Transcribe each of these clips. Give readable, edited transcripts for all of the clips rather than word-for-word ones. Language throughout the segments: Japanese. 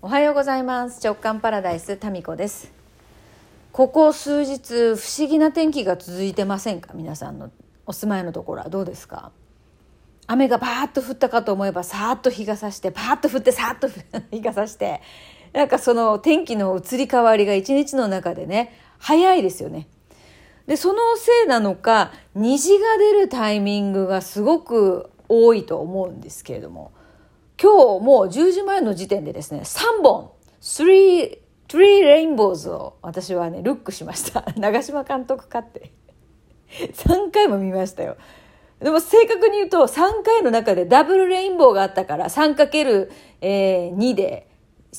おはようございます。直感パラダイスタミコです。ここ数日不思議な天気が続いてませんか？皆さんのお住まいのところはどうですか？雨がバーッと降ったかと思えばさーっと日が差して、パーッと降ってさーっと日が差して、なんかその天気の移り変わりが一日の中でね早いですよね。でそのせいなのか虹が出るタイミングがすごく多いと思うんですけれども、今日もう10時前の時点でですね3本3レインボーズを私はねルックしました。長嶋監督かって3回も見ましたよ。でも正確に言うと3回の中でダブルレインボーがあったから 3×2 で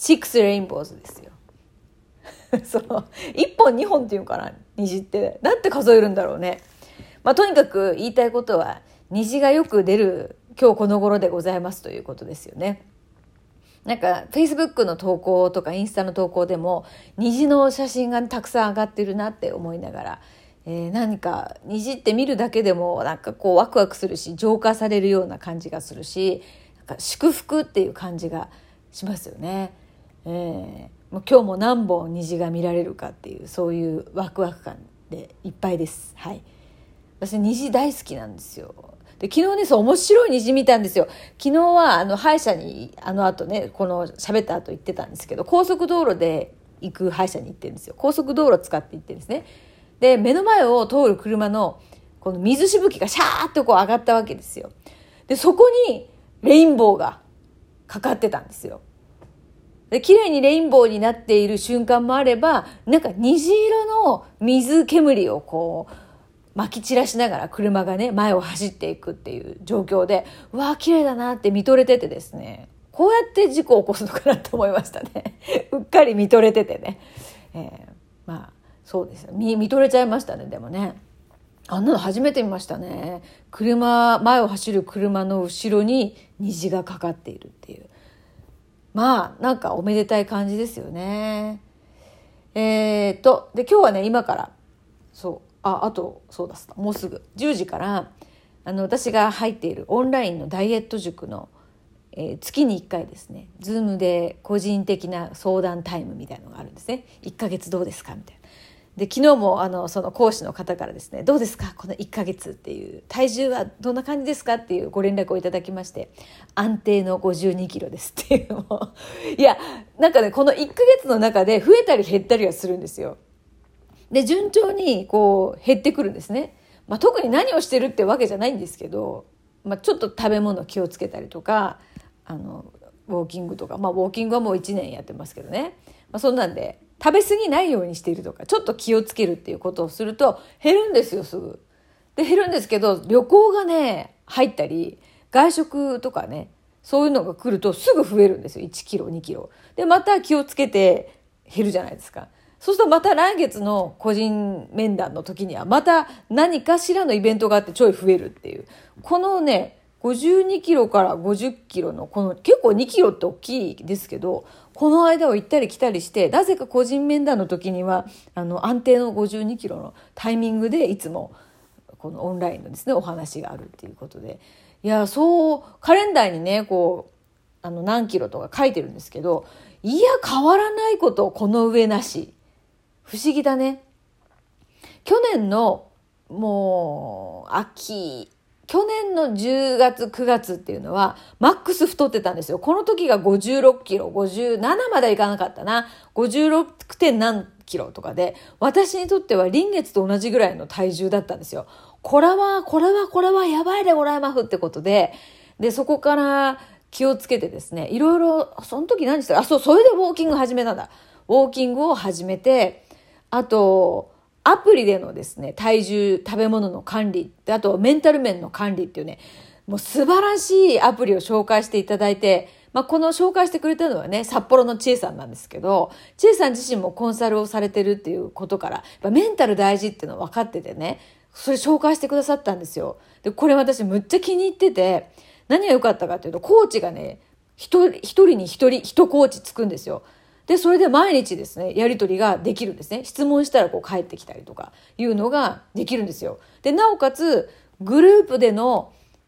6レインボーズですよ。その1本2本っていうかな、虹ってなんて数えるんだろうね。とにかく言いたいことは虹がよく出る今日この頃でございますということですよね。なんか Facebook の投稿とかインスタの投稿でも虹の写真がたくさん上がってるなって思いながら、何か虹って見るだけでもなんかこうワクワクするし浄化されるような感じがするし、なんか祝福っていう感じがしますよね。もう今日も何本虹が見られるかっていうそういうワクワク感でいっぱいです。はい、私虹大好きなんですよ。で昨日ね面白い虹見たんですよ。昨日は歯医者に後ねこの喋った後行ってたんですけど、高速道路で行く歯医者に行ってるんですよ。高速道路を使って行ってるんですね。で目の前を通る車のこの水しぶきがシャーッとこう上がったわけですよ。でそこにレインボーがかかってたんですよ。で綺麗にレインボーになっている瞬間もあれば、なんか虹色の水煙をこう撒き散らしながら車がね前を走っていくっていう状況で、うわー綺麗だなって見とれててですね、こうやって事故を起こすのかなと思いましたね。うっかり見とれててね、そうですよ、見とれちゃいましたね。でもねあんなの初めて見ましたね。前を走る車の後ろに虹がかかっているっていう、なんかおめでたい感じですよね。で今日はね今からそうだもうすぐ10時から私が入っているオンラインのダイエット塾の、月に1回ですね Zoom で個人的な相談タイムみたいなのがあるんですね。1ヶ月どうですかみたいな。で昨日もその講師の方からですね、どうですかこの1ヶ月っていう体重はどんな感じですかっていうご連絡をいただきまして、安定の52キロですっていうのもいやなんかねこの1ヶ月の中で増えたり減ったりはするんですよ。で順調にこう減ってくるんですね。特に何をしてるってわけじゃないんですけど、ちょっと食べ物気をつけたりとかウォーキングとか、ウォーキングはもう1年やってますけどね、そんなんで食べ過ぎないようにしているとかちょっと気をつけるっていうことをすると減るんですよ。すぐで減るんですけど、旅行がね入ったり外食とかねそういうのが来るとすぐ増えるんですよ。1キロ2キロでまた気をつけて減るじゃないですか。そうするとまた来月の個人面談の時にはまた何かしらのイベントがあってちょい増えるっていう、このね52キロから50キロのこの結構2キロって大きいですけど、この間を行ったり来たりして、なぜか個人面談の時には安定の52キロのタイミングでいつもこのオンラインのですねお話があるっていうことで、いやそうカレンダーにねこう何キロとか書いてるんですけど、いや変わらないことこの上なし。不思議だね。去年のもう去年の10月9月っていうのはマックス太ってたんですよ。この時が56キロ57まではいかなかったな、56. 点何キロとかで、私にとっては臨月と同じぐらいの体重だったんですよ。これはやばいでございますってことで、そこから気をつけてですね、いろいろその時何したそれでウォーキング始めたんだ。ウォーキングを始めて、あとアプリでのですね体重食べ物の管理、あとメンタル面の管理っていうね、もう素晴らしいアプリを紹介していただいて、この紹介してくれたのはね札幌の千恵さんなんですけど、千恵さん自身もコンサルをされてるっていうことからやっぱメンタル大事っていうの分かっててね、それ紹介してくださったんですよ。でこれ私むっちゃ気に入ってて、何が良かったかっていうとコーチがね一人に一コーチつくんですよ。でそれで毎日ですねやり取りができるんですね。質問したらこう返ってきたりとかいうのができるんですよ。でなおかつグループでの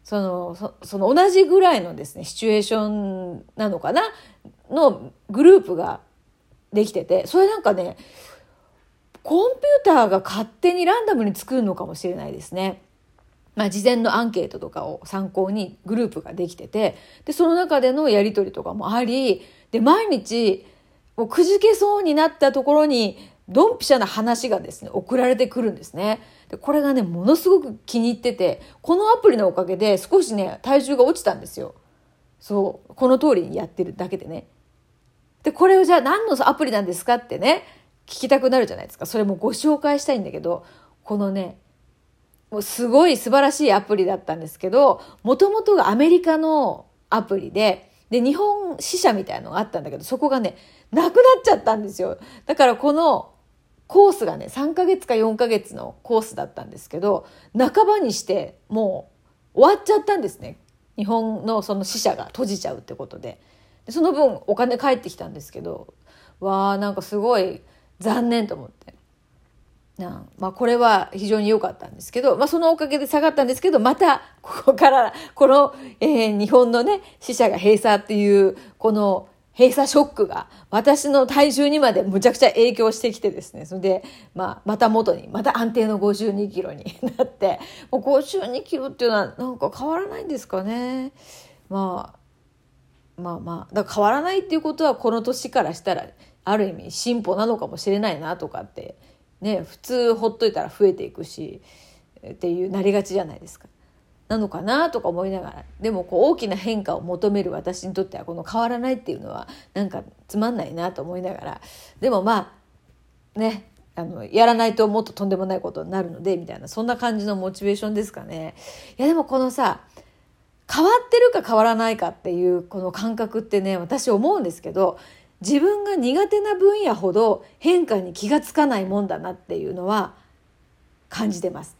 その同じぐらいのですねシチュエーションなのかなのグループができてて、それなんかねコンピューターが勝手にランダムに作るのかもしれないですね。事前のアンケートとかを参考にグループができてて、でその中でのやり取りとかもあり、で毎日もうくじけそうになったところにドンピシャな話がですね送られてくるんですね。でこれがねものすごく気に入ってて、このアプリのおかげで少しね体重が落ちたんですよ。そうこの通りにやってるだけでね。でこれをじゃあ何のアプリなんですかってね聞きたくなるじゃないですか。それもご紹介したいんだけど、このねもうすごい素晴らしいアプリだったんですけど、もともとがアメリカのアプリで日本支社みたいなのがあったんだけど、そこがねなくなっちゃったんですよ。だからこのコースがね3ヶ月か4ヶ月のコースだったんですけど、半ばにしてもう終わっちゃったんですね。日本のその支社が閉じちゃうってことで、その分お金返ってきたんですけど、なんかすごい残念と思って、これは非常に良かったんですけど、そのおかげで下がったんですけど、またここからこの、日本のね支社が閉鎖っていうこの閉鎖ショックが私の体重にまでむちゃくちゃ影響してきてですね、それで、また元にまた安定の52キロになって、もう52キロっていうのはなんか変わらないんですかね。だから変わらないっていうことはこの年からしたらある意味進歩なのかもしれないなとかってね、普通ほっといたら増えていくしっていうなりがちじゃないですか。なのかなとか思いながら、でも大きな変化を求める私にとってはこの変わらないっていうのはなんかつまんないなと思いながら、でもねやらないともっととんでもないことになるのでみたいな、そんな感じのモチベーションですかね。いやでもこのさ、変わってるか変わらないかっていうこの感覚ってね、私思うんですけど、自分が苦手な分野ほど変化に気がつかないもんだなっていうのは感じてます。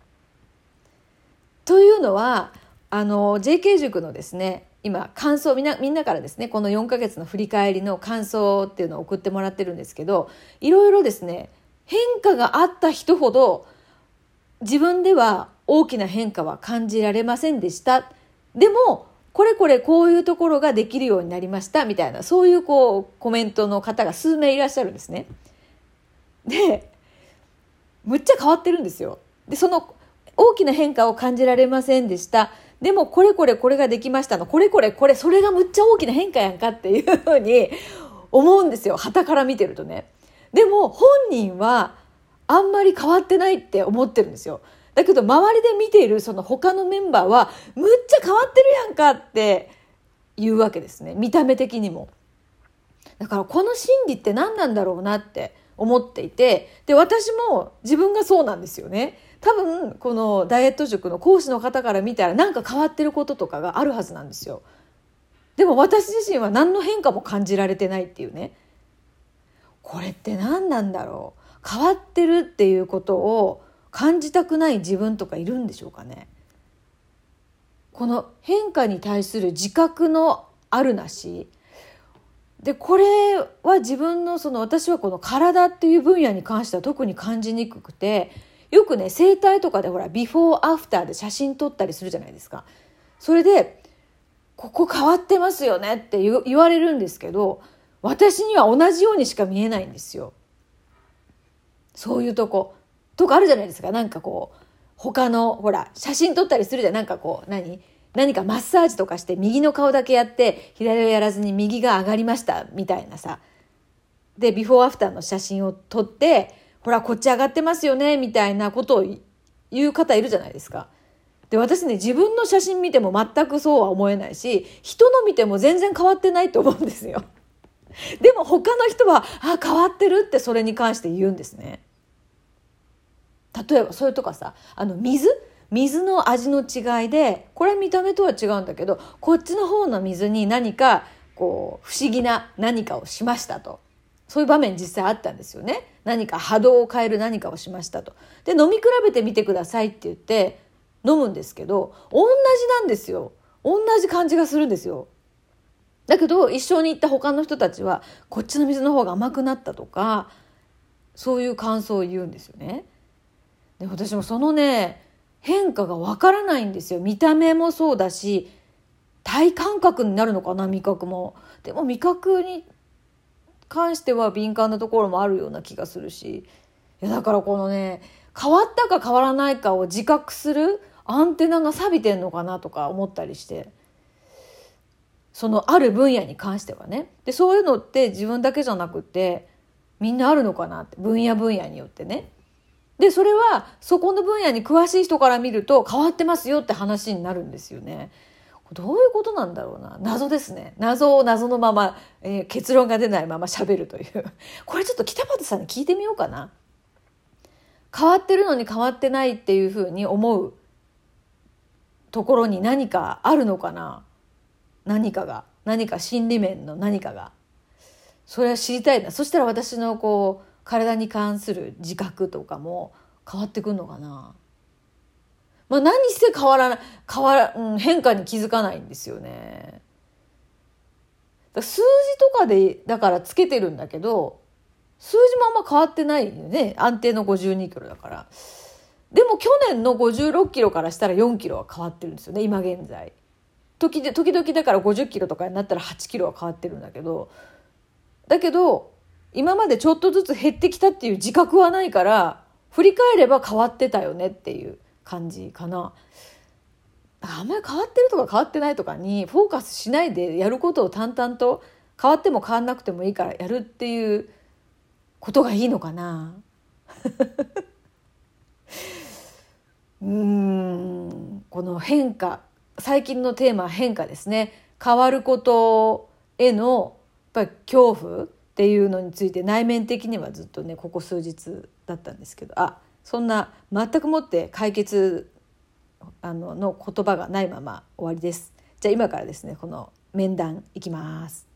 というのはJK 塾のですね今感想みんなからですねこの4ヶ月の振り返りの感想っていうのを送ってもらってるんですけど、いろいろですね変化があった人ほど自分では大きな変化は感じられませんでした。でもこういうところができるようになりましたみたいな、そういうコメントの方が数名いらっしゃるんですね。でむっちゃ変わってるんですよ。でその大きな変化を感じられませんでした、でもこれができましたのそれがむっちゃ大きな変化やんかっていうふうに思うんですよ、傍から見てるとね。でも本人はあんまり変わってないって思ってるんですよ。だけど周りで見ているその他のメンバーはむっちゃ変わってるやんかって言うわけですね、見た目的にも。だからこの心理って何なんだろうなって思っていて、で私も自分がそうなんですよね。多分このダイエット塾の講師の方から見たらなんか変わってることとかがあるはずなんですよ。でも私自身は何の変化も感じられてないっていうね。これって何なんだろう。変わってるっていうことを感じたくない自分とかいるんでしょうかね。この変化に対する自覚のあるなしで、これは自分の私はこの体っていう分野に関しては特に感じにくくて、よくね整体とかでほらビフォーアフターで写真撮ったりするじゃないですか。それでここ変わってますよねって言われるんですけど、私には同じようにしか見えないんですよ。そういうとかあるじゃないですか。なんか他のほら写真撮ったりするじゃん。なんか何かマッサージとかして右の顔だけやって左をやらずに右が上がりましたみたいなさ。でビフォーアフターの写真を撮ってほらこっち上がってますよねみたいなことを言う方いるじゃないですか。で私ね自分の写真見ても全くそうは思えないし、人の見ても全然変わってないと思うんですよ。でも他の人は変わってるってそれに関して言うんですね。例えばそれとかさ、水の味の違いで、これ見た目とは違うんだけど、こっちの方の水に何か不思議な何かをしましたと、そういう場面実際あったんですよね。何か波動を変える何かをしましたと。で飲み比べてみてくださいって言って飲むんですけど、同じなんですよ。同じ感じがするんですよ。だけど一緒に行った他の人たちはこっちの水の方が甘くなったとか、そういう感想を言うんですよね。で私もそのね変化がわからないんですよ。見た目もそうだし、体感覚になるのかな、味覚も。でも味覚に関しては敏感なところもあるような気がするし、いやだからこのね、変わったか変わらないかを自覚するアンテナが錆びてんのかなとか思ったりして、そのある分野に関してはね。でそういうのって自分だけじゃなくってみんなあるのかなって、分野によってね。でそれはそこの分野に詳しい人から見ると変わってますよって話になるんですよね。どういうことなんだろうな。謎ですね。謎を謎のまま、結論が出ないまま喋るというこれちょっと北畑さんに聞いてみようかな。変わってるのに変わってないっていうふうに思うところに何かあるのかな。何か心理面の何かが、それは知りたいな。そしたら私のこう体に関する自覚とかも変わってくるのかな。まあ、何せ変化に気づかないんですよね。数字とかでだからつけてるんだけど、数字もあんま変わってないよね。安定の52キロだから。でも去年の56キロからしたら4キロは変わってるんですよね、今現在。時々だから50キロとかになったら8キロは変わってるんだけど、今までちょっとずつ減ってきたっていう自覚はないから、振り返れば変わってたよねっていう感じかな。あんまり変わってるとか変わってないとかにフォーカスしないで、やることを淡々と変わっても変わんなくてもいいからやるっていうことがいいのかな。この変化、最近のテーマは変化ですね。変わることへのやっぱり恐怖っていうのについて内面的にはずっとね、ここ数日だったんですけど、そんな全くもって解決の言葉がないまま終わりです。じゃあ今からですね、この面談いきます。